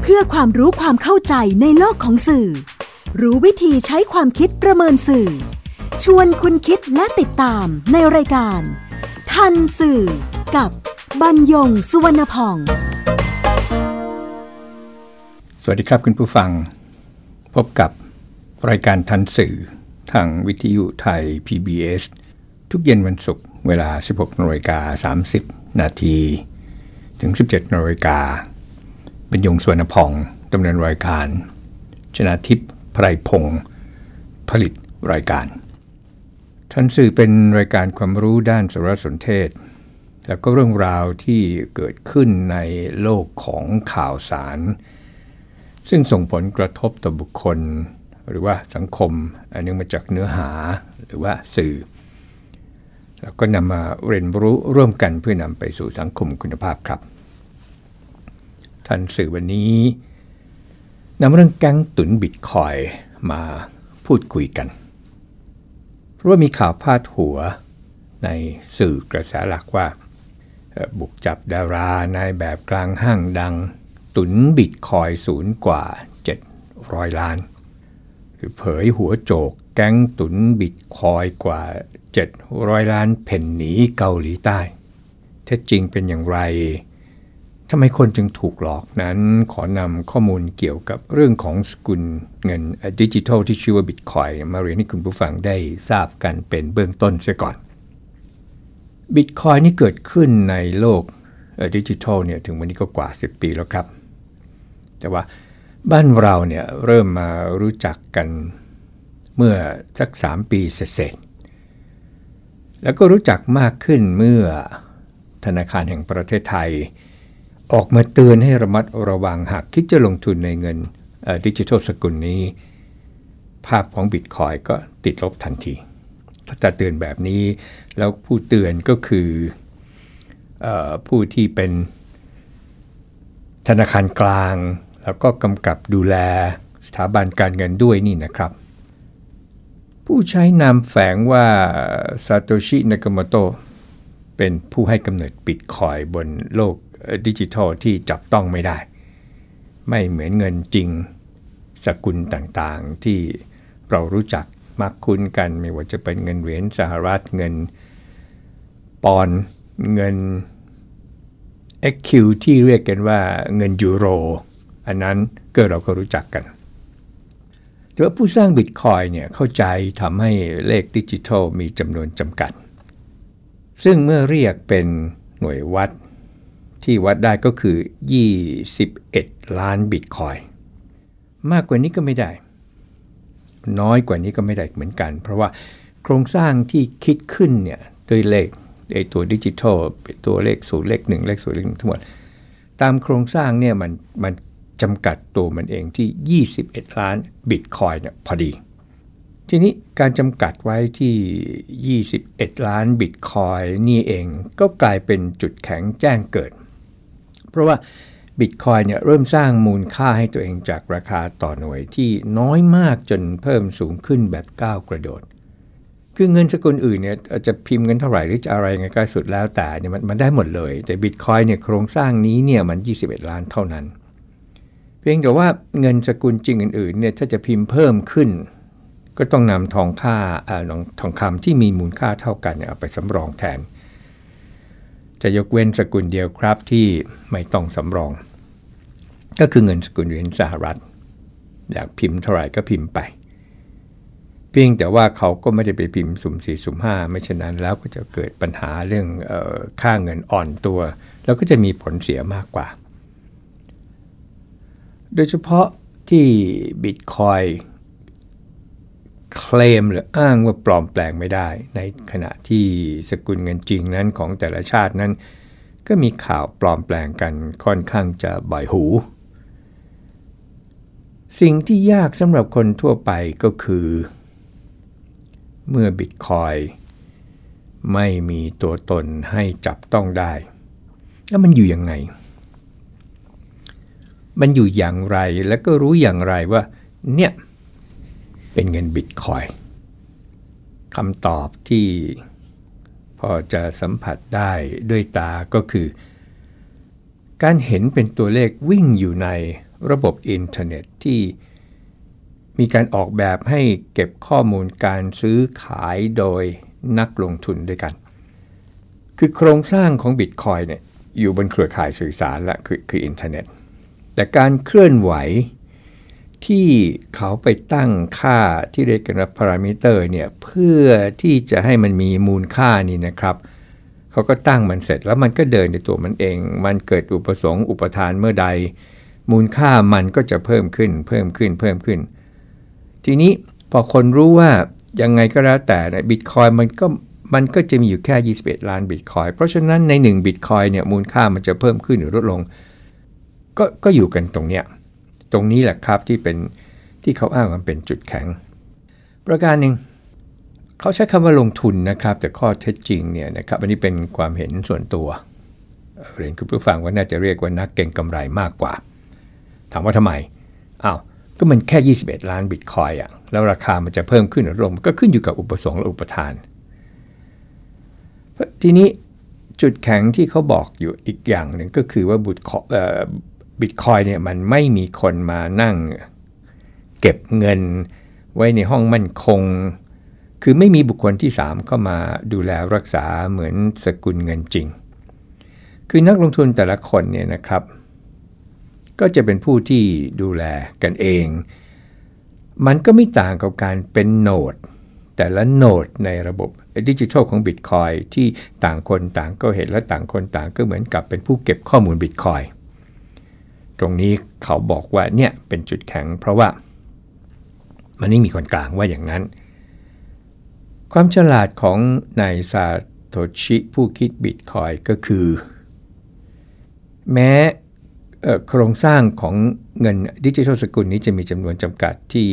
พื่อความรู้ความเข้าใจในโลกของสื่อรู้วิธีใช้ความคิดประเมินสื่อชวนคุณคิดและติดตามในรายการทันสื่อกับบรรยงสุวรรณพองสวัสดีครับคุณผู้ฟังพบกับรายการทันสื่อทางวิทยุไทย PBS ทุกเย็นวันศุกร์เวลา 16:30 นาทีถึง 17:00 น.บรรยงสุวรรณพองดำเนินรายการชนาทิพย์ไพรพงศ์ผลิตรายการทันสื่อเป็นรายการความรู้ด้านสารสนเทศแล้วก็เรื่องราวที่เกิดขึ้นในโลกของข่าวสารซึ่งส่งผลกระทบต่อบุคคลหรือว่าสังคมอันนึงมาจากเนื้อหาหรือว่าสื่อแล้วก็นำมาเรียนรู้ร่วมกันเพื่อนำไปสู่สังคมคุณภาพครับทันสื่อวันนี้นำเรื่องแก๊งตุนบิตคอยน์มาพูดคุยกันเพราะว่ามีข่าวพาดหัวในสื่อกระแสหลักว่าบุกจับดารานายแบบกลางห้างดังตุนบิตคอยน์สูญกว่า700 ล้านหรือเผยหัวโจกแก๊งตุนบิตคอยน์กว่า700 ล้านเพ่นหนีเกาหลีใต้แท้จริงเป็นอย่างไรทำไมคนจึงถูกหลอกนั้นขอนำข้อมูลเกี่ยวกับเรื่องของสกุลเงินดิจิทัลที่ชื่อว่าบิตคอยน์มาเรียนให้คุณผู้ฟังได้ทราบกันเป็นเบื้องต้นเสียก่อนบิตคอยน์นี่เกิดขึ้นในโลกดิจิทัลเนี่ยถึงวันนี้ก็กว่า10 ปีแล้วครับแต่ว่าบ้านเราเนี่ยเริ่มมารู้จักกันเมื่อสัก3 ปีเศษๆแล้วก็รู้จักมากขึ้นเมื่อธนาคารแห่งประเทศไทยออกมาเตือนให้ระมัดระวังหากคิดจะลงทุนในเงินดิจิทัลสกุลนี้ภาพของบิตคอยน์ก็ติดลบทันทีถ้าจะเตือนแบบนี้แล้วผู้เตือนก็คือผู้ที่เป็นธนาคารกลางแล้วก็กำกับดูแลสถาบันการเงินด้วยนี่นะครับผู้ใช้นามแฝงว่าซาโตชินากาโมโตะเป็นผู้ให้กำเนิดบิตคอยน์บนโลกดิจิทัลที่จับต้องไม่ได้ไม่เหมือนเงินจริงสกุลต่างๆที่เรารู้จักมักคุ้นกันไม่ว่าจะเป็นเงินเหรียญสหรัฐเงินปอนด์เงิน XQ ที่เรียกกันว่าเงินยูโรอันนั้นก็เราก็รู้จักกันแต่ว่าผู้สร้างบิตคอยน์เนี่ยเข้าใจทำให้เลขดิจิทัลมีจำนวนจำกัดซึ่งเมื่อเรียกเป็นหน่วยวัดที่วัดได้ก็คือ21 ล้านบิตคอยน์มากกว่านี้ก็ไม่ได้น้อยกว่านี้ก็ไม่ได้เหมือนกันเพราะว่าโครงสร้างที่คิดขึ้นเนี่ยโดยเลขไอ้ตัวดิจิทัลตัวเลข0เลข1เลข0เลข1ทั้งหมดตามโครงสร้างเนี่ยมันจำกัดตัวมันเองที่21 ล้านบิตคอยน์เนี่ยพอดีทีนี้การจำกัดไว้ที่21 ล้านบิตคอยน์นี่เองก็กลายเป็นจุดแข็งแจ้งเกิดเพราะว่าบิตคอยน์เนี่ยเริ่มสร้างมูลค่าให้ตัวเองจากราคาต่อหน่วยที่น้อยมากจนเพิ่มสูงขึ้นแบบก้าวกระโดดคือเงินสกุลอื่นเนี่ยจะพิมพ์เงินเท่าไหร่หรือจะอะไรไงก็สุดแล้วแต่เนี่ยมันได้หมดเลยแต่บิตคอยน์เนี่ยโครงสร้างนี้เนี่ยมัน21 ล้านเท่านั้นเพียงแต่ว่าเงินสกุลจริงอื่นๆเนี่ยถ้าจะพิมพ์เพิ่มขึ้นก็ต้องนำทองคำที่มีมูลค่าเท่ากันเนี่ยเอาไปสำรองแทนจะยกเว้นสกุลเดียวครับที่ไม่ต้องสำรองก็คือเงินสกุลเหรียญสหรัฐอยากพิมพ์เท่าไหร่ก็พิมพ์ไปเพียงแต่ว่าเขาก็ไม่ได้ไปพิมพ์สุ่ม4สุ่ม5ไม่ฉะนั้นแล้วก็จะเกิดปัญหาเรื่องค่าเงินอ่อนตัวแล้วก็จะมีผลเสียมากกว่าโดยเฉพาะที่บิตคอยน์เคลมหรืออ้างว่าปลอมแปลงไม่ได้ในขณะที่สกุลเงินจริงนั้นของแต่ละชาตินั้นก็มีข่าวปลอมแปลงกันค่อนข้างจะบ่อยหูสิ่งที่ยากสำหรับคนทั่วไปก็คือเมื่อบิตคอยน์ไม่มีตัวตนให้จับต้องได้แล้วมันอยู่ยังไงมันอยู่อย่างไรแล้วก็รู้อย่างไรว่าเนี่ยเป็นเงินบิตคอยน์คำตอบที่พอจะสัมผัสได้ด้วยตาก็คือการเห็นเป็นตัวเลขวิ่งอยู่ในระบบอินเทอร์เน็ตที่มีการออกแบบให้เก็บข้อมูลการซื้อขายโดยนักลงทุนด้วยกันคือโครงสร้างของ Bitcoin เนี่ยอยู่บนเครือข่ายสื่อสารและคืออินเทอร์เน็ตแต่การเคลื่อนไหวที่เขาไปตั้งค่าที่เรียกกันว่าพารามิเตอร์เนี่ยเพื่อที่จะให้มันมีมูลค่านี่นะครับเขาก็ตั้งมันเสร็จแล้วมันก็เดินในตัวมันเองมันเกิดอุปสงค์อุปทานเมื่อใดมูลค่ามันก็จะเพิ่มขึ้นทีนี้พอคนรู้ว่ายังไงก็แล้วแต่บิตคอยมันก็จะมีอยู่แค่21ล้านบิตคอยเพราะฉะนั้นใน1บิตคอยเนี่ยมูลค่ามันจะเพิ่มขึ้นหรือลดลงก็อยู่กันตรงนี้แหละครับที่เป็นที่เขาอ้างว่าเป็นจุดแข็งประการหนึ่งเขาใช้คำว่าลงทุนนะครับแต่ข้อเท็จจริงเนี่ยนะครับอันนี้เป็นความเห็นส่วนตัวเรียนคุณผู้ฟังว่าน่าจะเรียกว่านักเก็งกำไรมากกว่าถามว่าทำไมก็มันแค่21ล้านบิตคอยน์แล้วราคามันจะเพิ่มขึ้นหรือลงก็ขึ้นอยู่กับอุปสงค์และอุปทานทีนี้จุดแข็งที่เขาบอกอยู่อีกอย่างหนึ่งก็คือว่าบิตคอยน์เนี่ยมันไม่มีคนมานั่งเก็บเงินไว้ในห้องมั่นคงคือไม่มีบุคคลที่3เข้ามาดูแลรักษาเหมือนสกุลเงินจริงคือนักลงทุนแต่ละคนเนี่ยนะครับก็จะเป็นผู้ที่ดูแลกันเองมันก็ไม่ต่างกับการเป็นโนดแต่ละโนดในระบบดิจิทัลของ Bitcoin ที่ต่างคนต่างก็เห็นและต่างคนต่างก็เหมือนกับเป็นผู้เก็บข้อมูล Bitcoin ตรงนี้เขาบอกว่าเนี่ยเป็นจุดแข็งเพราะว่ามันไม่มีคนกลางว่าอย่างนั้นความฉลาดของนายซาโตชิผู้คิด Bitcoin ก็คือแม้โครงสร้างของเงินดิจิทัลสกุลนี้จะมีจำนวนจำกัดที่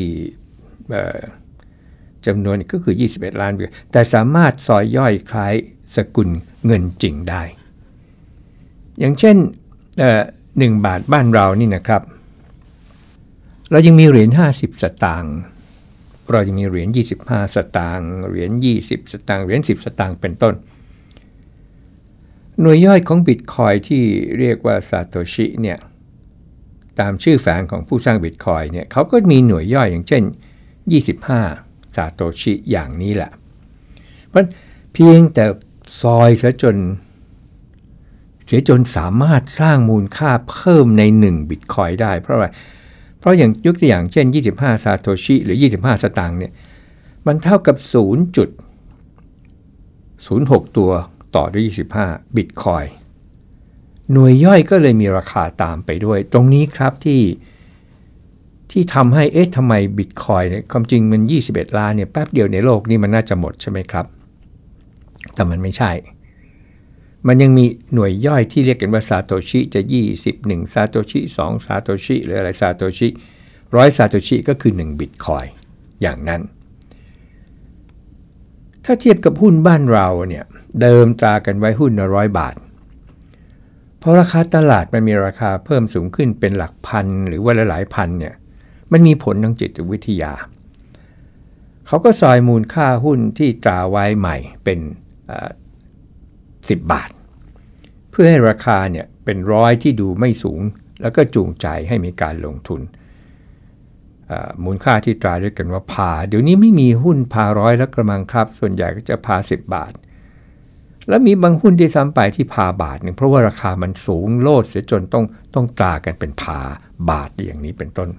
จำนวนก็คือ21ล้านแต่สามารถซอยย่อยคล้ายสกุลเงินจริงได้อย่างเช่น1 บาทบ้านเรานี่นะครับเรายังมีเหรียญ50สตางค์เรายังมีเหรียญ25สตางค์เหรียญ20สตางค์เหรียญ10สตางค์เป็นต้นหน่วยย่อยของ Bitcoin ที่เรียกว่าซาโตชิเนี่ยตามชื่อแฝงของผู้สร้าง Bitcoin เนี่ยเขาก็มีหน่วยย่อยอย่างเช่น25ซาโตชิอย่างนี้แหละเพราะเพียงแต่ซอยเสียจนสามารถสร้างมูลค่าเพิ่มใน1 Bitcoin ได้เพราะอะไรเพราะอย่างยกตัวอย่างเช่น25ซาโตชิหรือ25สตางค์เนี่ยมันเท่ากับ 0.06 ตัวต่อด้วย25 Bitcoin หน่วยย่อยก็เลยมีราคาตามไปด้วยตรงนี้ครับที่ทำให้ทำไม Bitcoin เนี่ยความจริงมัน21ล้านเนี่ยแป๊บเดียวในโลกนี้มันน่าจะหมดใช่ไหมครับแต่มันไม่ใช่มันยังมีหน่วยย่อยที่เรียกกันว่าซาโตชิจะ21ซาโตชิ2ซาโตชิหรืออะไรซาโตชิ100ซาโตชิก็คือ1 Bitcoin อย่างนั้นถ้าเทียบกับหุ้นบ้านเราเนี่ยเดิมตรากันไว้หุ้นละ100 บาทพอราคาตลาดมันมีราคาเพิ่มสูงขึ้นเป็นหลักพันหรือว่าหลายพันเนี่ยมันมีผลทางจิตวิทยาเขาก็ซอยมูลค่าหุ้นที่ตราไว้ใหม่เป็น10 บาทเพื่อให้ราคาเนี่ยเป็น100ที่ดูไม่สูงแล้วก็จูงใจให้มีการลงทุนมูลค่าที่ตราด้วยกันว่าพาเดี๋ยวนี้ไม่มีหุ้นพา100แล้วกระมังครับส่วนใหญ่ก็จะพา10 บาทแล้วมีบางหุ้นที่ซ้ำไปที่พาบาทหนึ่งเพราะว่าราคามันสูงโลดเสียจนต้องตรากันเป็นพาบาทอย่างนี้เป็นต้น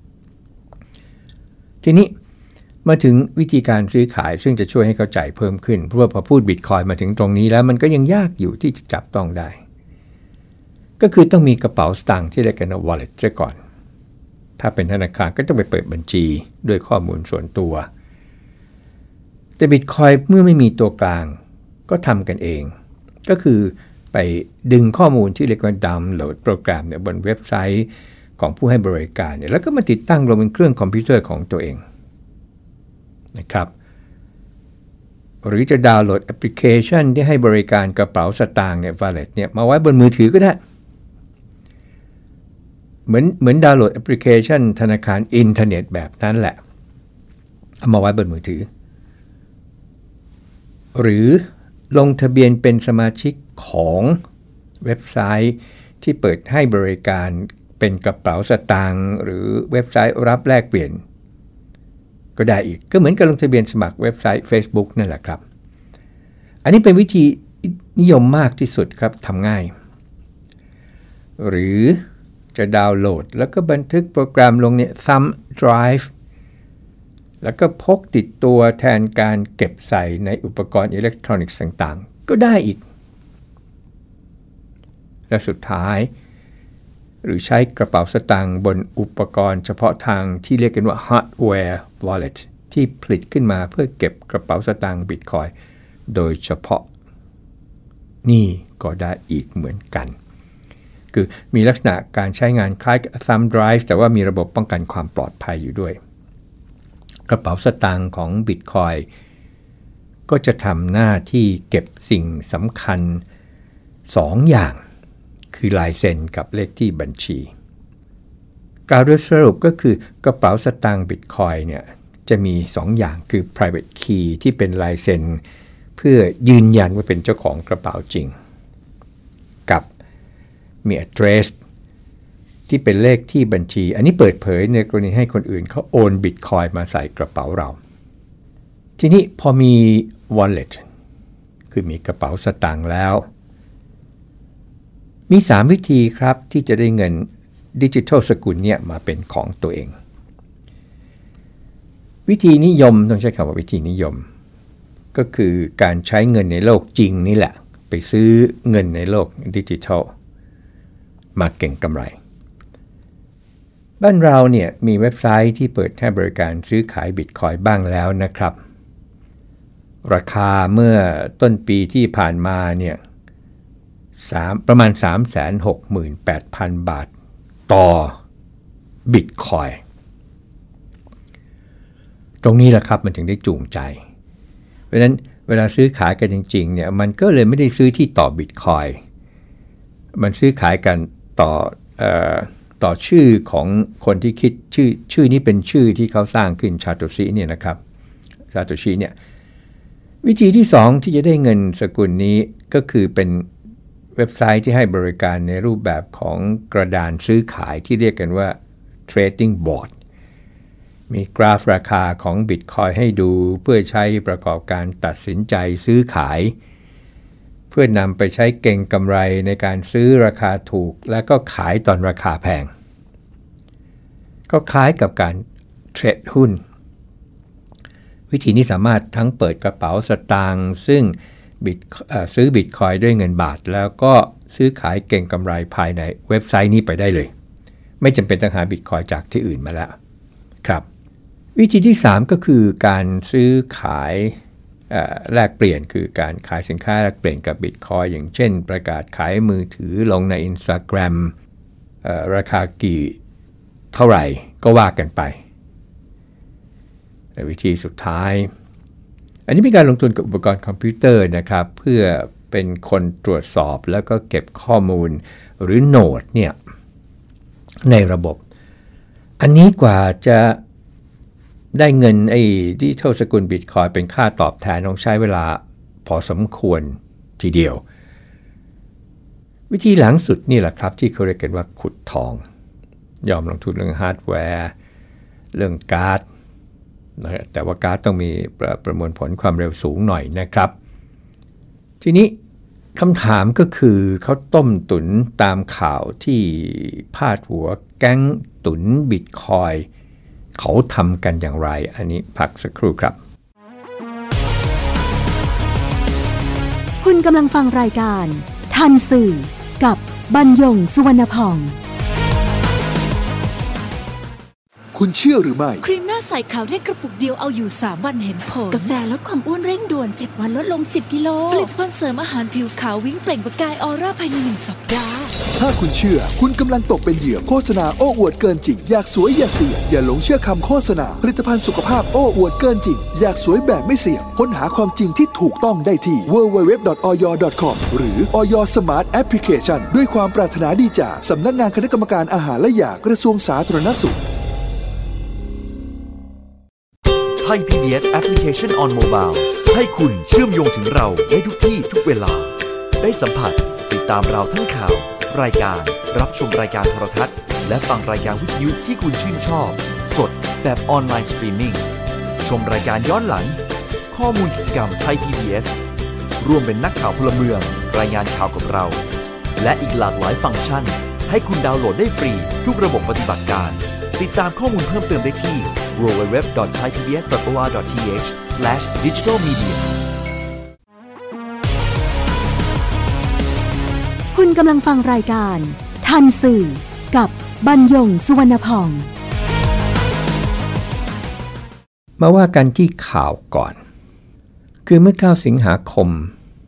ทีนี้มาถึงวิธีการซื้อขายซึ่งจะช่วยให้เข้าใจเพิ่มขึ้นเพราะว่าพอพูด Bitcoin มาถึงตรงนี้แล้วมันก็ยังยากอยู่ที่จะจับต้องได้ก็คือต้องมีกระเป๋าสตางค์ที่เรียกกันว่า wallet ซะก่อนถ้าเป็นธนาคารก็ต้องไปเปิดบัญชีด้วยข้อมูลส่วนตัวแต่ Bitcoin เมื่อไม่มีตัวกลางก็ทำกันเองก็คือไปดึงข้อมูลที่เรียกว่าดาวน์โหลดโปรแกรมเนี่ยบนเว็บไซต์ของผู้ให้บริการเนี่ยแล้วก็มาติดตั้งลงบนเครื่องคอมพิวเตอร์ของตัวเองนะครับหรือจะดาวน์โหลดแอปพลิเคชันที่ให้บริการกระเป๋าสตางค์เนี่ย wallet เนี่ยมาไว้บนมือถือก็ได้เหมือนดาวน์โหลดแอปพลิเคชันธนาคารอินเทอร์เน็ตแบบนั้นแหละเอามาไว้บนมือถือหรือลงทะเบียนเป็นสมาชิกของเว็บไซต์ที่เปิดให้บริการเป็นกระเป๋าสตางค์หรือเว็บไซต์รับแลกเปลี่ยนก็ได้อีกก็เหมือนกับลงทะเบียนสมัครเว็บไซต์ Facebook นั่นแหละครับอันนี้เป็นวิธีนิยมมากที่สุดครับทำง่ายหรือจะดาวน์โหลดแล้วก็บันทึกโปรแกรมลงเนี่ย Thumb Drive แล้วก็พกติดตัวแทนการเก็บใส่ในอุปกรณ์อิเล็กทรอนิกส์ต่างๆก็ได้อีกและสุดท้ายหรือใช้กระเป๋าสตางค์บนอุปกรณ์เฉพาะทางที่เรียกกันว่า Hardware Wallet ที่ผลิตขึ้นมาเพื่อเก็บกระเป๋าสตางค์ Bitcoin โดยเฉพาะนี่ก็ได้อีกเหมือนกันคือมีลักษณะการใช้งานคล้ายกับ Thumb Drive แต่ว่ามีระบบป้องกันความปลอดภัยอยู่ด้วยกระเป๋าสตางค์ของ Bitcoin ก็จะทำหน้าที่เก็บสิ่งสำคัญ2อย่างคือลายเซ็นกับเลขที่บัญชีกล่าวโดยสรุปก็คือกระเป๋าสตางค์ Bitcoin เนี่ยจะมี2อย่างคือ private key ที่เป็นลายเซ็นเพื่อยืนยันว่าเป็นเจ้าของกระเป๋าจริงกับมี address ที่เป็นเลขที่บัญชีอันนี้เปิดเผยในกรณีให้คนอื่นเขาโอน Bitcoin มาใส่กระเป๋าเราทีนี้พอมี wallet คือมีกระเป๋าสตางค์แล้วมี3วิธีครับที่จะได้เงินดิจิทัลสกุลเนี่ยมาเป็นของตัวเองวิธีนิยมต้องใช้คำว่าวิธีนิยมก็คือการใช้เงินในโลกจริงนี่แหละไปซื้อเงินในโลกดิจิทัลมาเก็งกำไรบ้านเราเนี่ยมีเว็บไซต์ที่เปิดให้บริการซื้อขาย Bitcoin บ้างแล้วนะครับราคาเมื่อต้นปีที่ผ่านมาเนี่ยประมาณ 368,000 บาทต่อ Bitcoin ตรงนี้แหละครับมันถึงได้จูงใจเพราะฉะนั้นเวลาซื้อขายกันจริงๆเนี่ยมันก็เลยไม่ได้ซื้อที่ต่อ Bitcoin มันซื้อขายกันต่อชื่อของคนที่คิดชื่อนี้เป็นชื่อที่เขาสร้างขึ้นซาโตชิเนี่ยนะครับซาโตชิเนี่ยวิธีที่2ที่จะได้เงินสกุลนี้ก็คือเป็นเว็บไซต์ที่ให้บริการในรูปแบบของกระดานซื้อขายที่เรียกกันว่า Trading Board มีกราฟราคาของ Bitcoin ให้ดูเพื่อใช้ประกอบการตัดสินใจซื้อขายเพื่อนำไปใช้เก็งกำไรในการซื้อราคาถูกและก็ขายตอนราคาแพงก็คล้ายกับการเทรดหุ้นวิธีนี้สามารถทั้งเปิดกระเป๋าสตางค์ซึ่งซื้อ Bitcoin ด้วยเงินบาทแล้วก็ซื้อขายเก็งกำไรภายในเว็บไซต์นี้ไปได้เลยไม่จำเป็นต้องหา Bitcoin จากที่อื่นมาแล้วครับวิธีที่3ก็คือการซื้อขายแลกเปลี่ยนคือการขายสินค้าแลกเปลี่ยนกับ Bitcoin อย่างเช่นประกาศขายมือถือลงใน Instagram ราคากี่เท่าไหร่ก็ว่ากันไปและวิธีสุดท้ายอันนี้เป็นการลงทุนกับอุปกรณ์คอมพิวเตอร์นะครับเพื่อเป็นคนตรวจสอบแล้วก็เก็บข้อมูลหรือโนดเนี่ยในระบบอันนี้กว่าจะได้เงินดิจิทัลสกุล Bitcoin เป็นค่าตอบแทนต้องใช้เวลาพอสมควรทีเดียววิธีหลังสุดนี่แหละครับที่เขาเรียกกันว่าขุดทองยอมลงทุนเรื่องฮาร์ดแวร์เรื่องการ์ดแต่ว่าการ์ดต้องมีประมวลผลความเร็วสูงหน่อยนะครับทีนี้คำถามก็คือเขาต้มตุ๋นตามข่าวที่พาดหัวแก๊งตุ๋น Bitcoin เขาทำกันอย่างไรอันนี้พักสักครู่ครับคุณกำลังฟังรายการทันสื่อกับบรรยงสุวรรณพองคุณเชื่อหรือไม่ครีมหน้าใสขาวเร่งกระปุกเดียวเอาอยู่3วันเห็นผลกาแฟลดความอ้วนเร่งด่วน7วันลดลง10กิโลผลิตภัณฑ์เสริมอาหารผิวขาววิ่งเปล่งประกายออร่าภายใน1สัปดาห์ถ้าคุณเชื่อคุณกำลังตกเป็นเหยื่อโฆษณาโอ้อวดเกินจริงอยากสวยอย่าเสี่ยงอย่าหลงเชื่อคำโฆษณาผลิตภัณฑ์สุขภาพโอ้อวดเกินจริงอยากสวยแบบไม่เสี่ยงค้นหาความจริงที่ถูกต้องได้ที่ www.oyo.com หรือ Oyo Smart Application ด้วยความปรารถนาดีจากสำนักงานคณะกรรมการอาหารและยากระทรวงสาธารณสุขไทย PBS Application on Mobile ให้คุณเชื่อมโยงถึงเราได้ทุกที่ทุกเวลาได้สัมผัสติดตามเราทั้งข่าวรายการรับชมรายการโทรทัศน์และฟังรายการวิทยุที่คุณชื่นชอบสดแบบออนไลน์สตรีมมิ่งชมรายการย้อนหลังข้อมูลกิจกรรมไทย PBS ร่วมเป็นนักข่าวพลเมืองรายงานข่าวกับเราและอีกหลากหลายฟังก์ชันให้คุณดาวน์โหลดได้ฟรีทุกระบบปฏิบัติการติดตามข้อมูลเพิ่มเติมได้ที่ www.thaipbs.or.th/digitalmedia คุณกำลังฟังรายการทันสื่อกับบรรยงสุวรรณพองษ์มาว่ากันที่ข่าวก่อนคือเมื่อ9สิงหาคม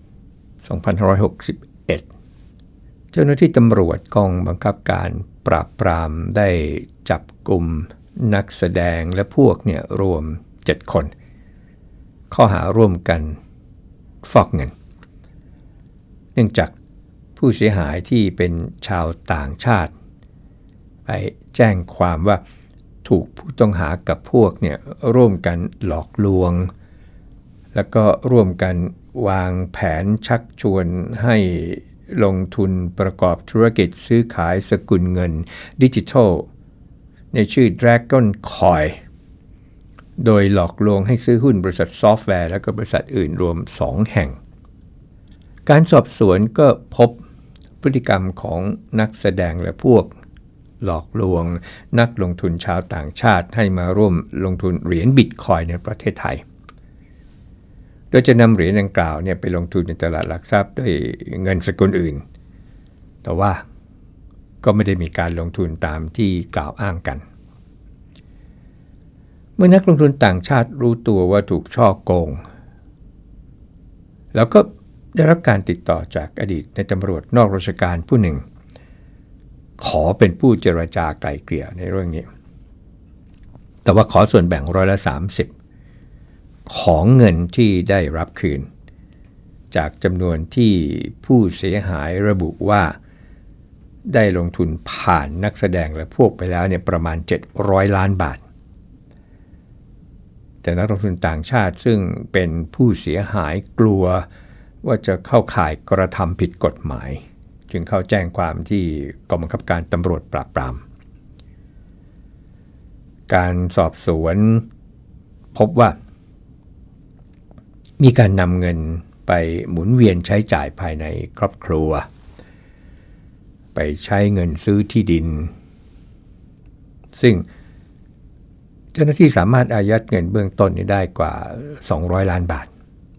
2561เจ้าหน้าที่ตำรวจกองบังคับการปราบปรามได้จับกลุ่มนักแสดงและพวกเนี่ยรวม7คนข้อหาร่วมกันฟอกเงินเนื่องจากผู้เสียหายที่เป็นชาวต่างชาติไปแจ้งความว่าถูกผู้ต้องหากับพวกเนี่ยร่วมกันหลอกลวงแล้วก็ร่วมกันวางแผนชักชวนให้ลงทุนประกอบธุรกิจซื้อขายสกุลเงินดิจิทัลในชื่อ Dragon Coin โดยหลอกลวงให้ซื้อหุ้นบริษัทซอฟต์แวร์และก็บริษัทอื่นรวม2แห่งการสอบสวนก็พบพฤติกรรมของนักแสดงและพวกหลอกลวงนักลงทุนชาวต่างชาติให้มาร่วมลงทุนเหรียญบิตคอยน์ในประเทศไทยโดยจะนำเหรียญดังกล่าวเนี่ยไปลงทุนในตลาดหลักทรัพย์ด้วยเงินสกุลอื่นแต่ว่าก็ไม่ได้มีการลงทุนตามที่กล่าวอ้างกันเมื่อนักลงทุนต่างชาติรู้ตัวว่าถูกฉ้อโกงแล้วก็ได้รับการติดต่อจากอดีตในตำรวจนอกราชการผู้หนึ่งขอเป็นผู้เจรจาไกล่เกลี่ยในเรื่องนี้แต่ว่าขอส่วนแบ่ง30%ของเงินที่ได้รับคืนจากจำนวนที่ผู้เสียหายระบุว่าได้ลงทุนผ่านนักแสดงและพวกไปแล้วเนี่ยประมาณ700ล้านบาทแต่นักลงทุนต่างชาติซึ่งเป็นผู้เสียหายกลัวว่าจะเข้าข่ายกระทำผิดกฎหมายจึงเข้าแจ้งความที่กองบังคับการตำรวจปราบปรามการสอบสวนพบว่ามีการนำเงินไปหมุนเวียนใช้จ่ายภายในครอบครัวไปใช้เงินซื้อที่ดินซึ่งเจ้าหน้าที่สามารถอายัดเงินเบื้องต้นนี้ได้กว่า200ล้านบาท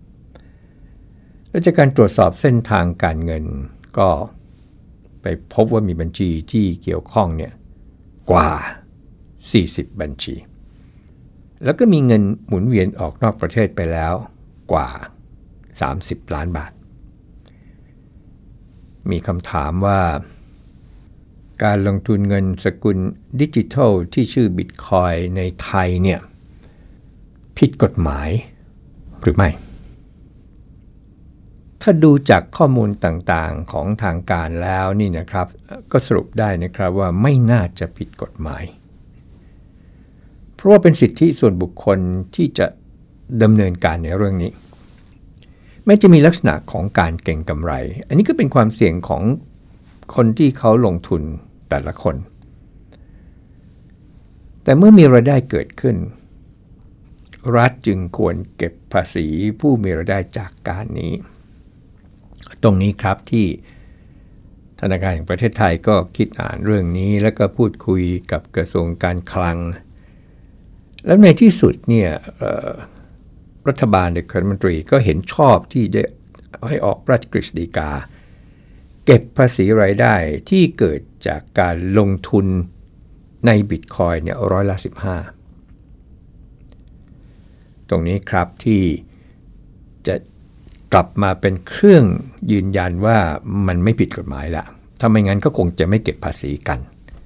และจากการตรวจสอบเส้นทางการเงินก็ไปพบว่ามีบัญชีที่เกี่ยวข้องเนี่ยกว่า40บัญชีแล้วก็มีเงินหมุนเวียนออกนอกประเทศไปแล้วกว่า30ล้านบาทมีคำถามว่าการลงทุนเงินสกุลดิจิทัลที่ชื่อบิตคอยน์ในไทยเนี่ยผิดกฎหมายหรือไม่ถ้าดูจากข้อมูลต่างๆของทางการแล้วนี่นะครับก็สรุปได้นะครับว่าไม่น่าจะผิดกฎหมายเพราะว่าเป็นสิทธิส่วนบุคคลที่จะดำเนินการในเรื่องนี้แม้จะมีลักษณะของการเก็งกำไรอันนี้ก็เป็นความเสี่ยงของคนที่เขาลงทุนแต่ละคนแต่เมื่อมีรายได้เกิดขึ้นรัฐจึงควรเก็บภาษีผู้มีรายได้จากการนี้ตรงนี้ครับที่ธนาคารแห่งประเทศไทยก็คิดอ่านเรื่องนี้แล้วก็พูดคุยกับกระทรวงการคลังแล้วในที่สุดเนี่ยรัฐบาลคณะรัฐมนตรีก็เห็นชอบที่จะให้ออกราชกฤษฎีกาเก็บภาษีรายได้ที่เกิดจากการลงทุนในบิตคอยน์เนี่ย15%ตรงนี้ครับที่จะกลับมาเป็นเครื่องยืนยันว่ามันไม่ผิดกฎหมายละถ้าไม่งั้นก็คงจะไม่เก็บภาษีกัน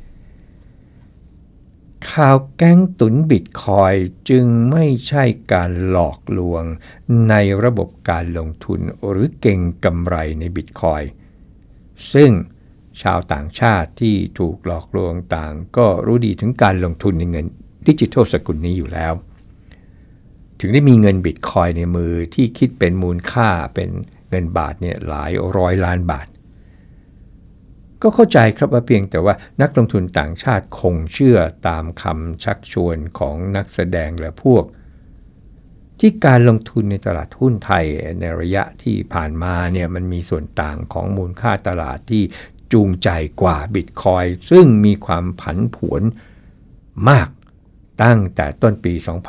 ข่าวแก๊งตุนบิตคอยน์จึงไม่ใช่การหลอกลวงในระบบการลงทุนหรือเก็งกำไรในบิตคอยน์ซึ่งชาวต่างชาติที่ถูกหลอกลวงต่างก็รู้ดีถึงการลงทุนในเงินดิจิทัลสกุลนี้อยู่แล้วถึงได้มีเงินบิตคอยน์ในมือที่คิดเป็นมูลค่าเป็นเงินบาทเนี่ยหลายร้อยล้านบาทก็เข้าใจครับว่าเพียงแต่ว่านักลงทุนต่างชาติคงเชื่อตามคำชักชวนของนักแสดงและพวกที่การลงทุนในตลาดหุ้นไทยในระยะที่ผ่านมาเนี่ยมันมีส่วนต่างของมูลค่าตลาดที่จูงใจกว่าบิตคอยน์ซึ่งมีความผันผวนมากตั้งแต่ต้นปี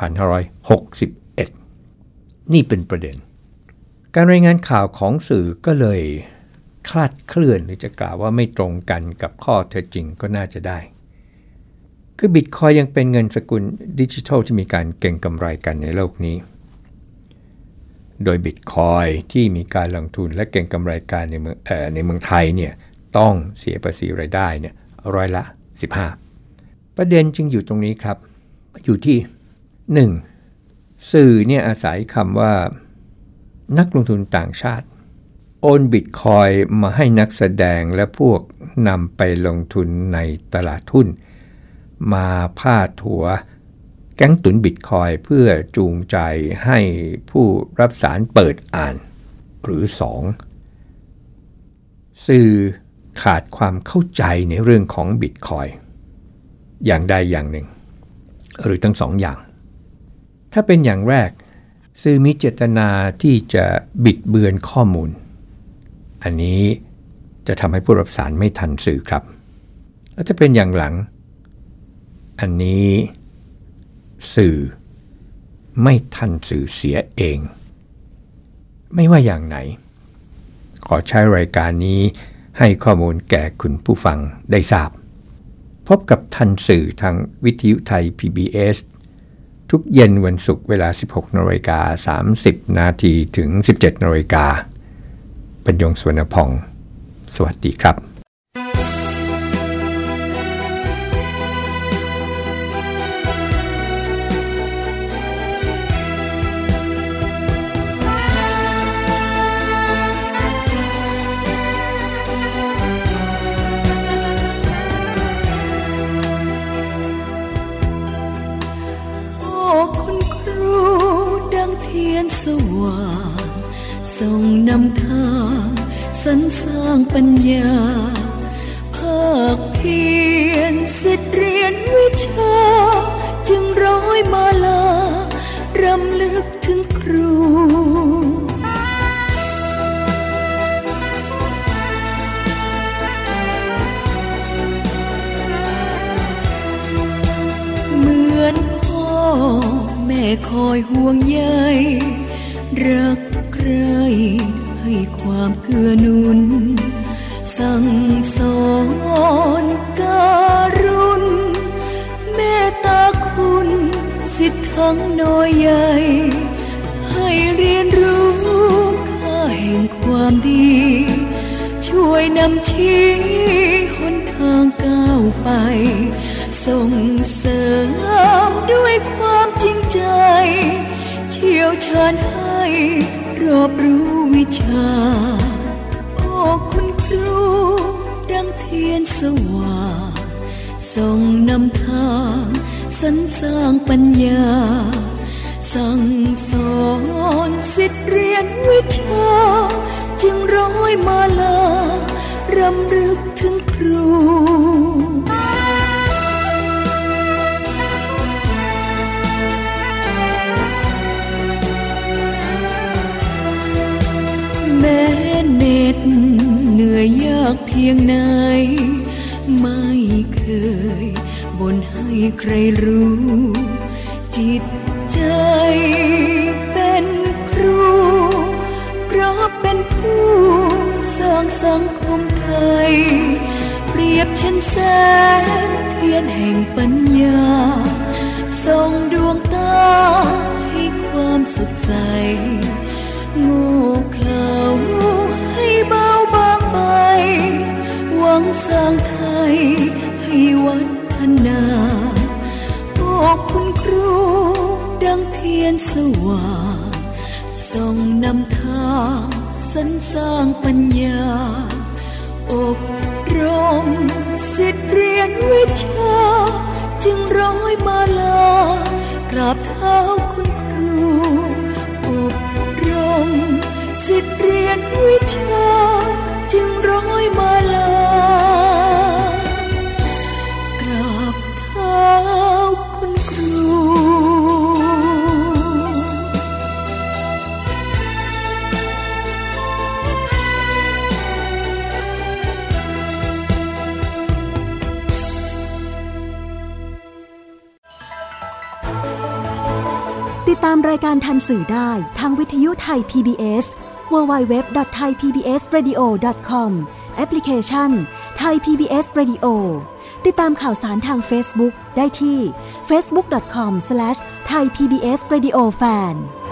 2561 นี่เป็นประเด็นการรายงานข่าวของสื่อก็เลยคลาดเคลื่อนหรือจะกล่าวว่าไม่ตรงกันกับข้อเท็จจริงก็น่าจะได้คือบิตคอยน์ยังเป็นเงินสกุลดิจิทัลที่มีการเก็งกำไรกันในโลกนี้โดยบิตคอยน์ที่มีการลงทุนและเก็งกำไรกันในเมืองไทยเนี่ยต้องเสียภาษีรายได้เนี่ย15%ประเด็นจึงอยู่ตรงนี้ครับอยู่ที่ 1. สื่อเนี่ยอาศัยคำว่านักลงทุนต่างชาติโอนบิตคอยน์มาให้นักแสดงและพวกนำไปลงทุนในตลาดหุ้นมาพาดหัวแก๊งตุนบิตคอยน์เพื่อจูงใจให้ผู้รับสารเปิดอ่านหรือ 2. สื่อขาดความเข้าใจในเรื่องของบิตคอยน์อย่างใดอย่างหนึ่งหรือทั้งสองอย่างถ้าเป็นอย่างแรกสื่อมีเจตนาที่จะบิดเบือนข้อมูลอันนี้จะทำให้ผู้รับสารไม่ทันสื่อครับแล้วถ้าเป็นอย่างหลังอันนี้สื่อไม่ทันสื่อเสียเองไม่ว่าอย่างไหนขอใช้รายการนี้ให้ข้อมูลแก่คุณผู้ฟังได้ทราบพบกับทันสื่อทางวิทยุไทย PBS ทุกเย็นวันศุกร์เวลา 16:30 น.ถึง 17:00 น.บรรยงสวนพองสวัสดีครับสว่างส่งนำทางสรรสร้างปัญญาภาคเพียรศิษย์เรียนวิชาจึงร้อยมาลารำลึกถึงครูเหมือนพ่อแม่คอยห่วงใยรักใคร่ให้ความเกื้อหนุนสั่งสอนการุณเมตตาคุณสิทธิ์ทั้งน้อยใหญ่ให้เรียนรู้ค่าแห่งความดีช่วยนำชี้หนทางก้าวไปส่งเสริมด้วยความจริงใจเชี่ยวชาญให้รอบรู้วิชาโอ้คุณครูดังเทียนสว่างส่งนำทางสรรสร้างปัญญาสั่งสอนศิษย์เรียนวิชาจึงร้อยมาลารำลึกถึงครูแม้เหน็ดเหนื่อยยากเพียงไหนไม่เคยบ่นให้ใครรู้จิตใจเป็นครูเพราะเป็นผู้สร้างสังคมไทยเปรียบเช่นแสงเทียนแห่งปัญญาส่องดวงตาให้ความสดใสโง่เขลาให้เบาบางไปหวังสร้างไทยให้วัฒนาโอ้คุณครูดังเทียนสว่างส่องนำทางสรรสร้างปัญญาอบรมศิษย์เรียนวิชาจึงร้อยมาลากราบเท้าคุณครูอบรมศิษย์เรียนวิชาจึงร้อยมาลาติดตามรายการทันสื่อได้ทางวิทยุไทย PBS www.thaipbsradio.com แอปพลิเคชัน Thai PBS Radio ติดตามข่าวสารทาง Facebook ได้ที่ facebook.com/thaipbsradiofan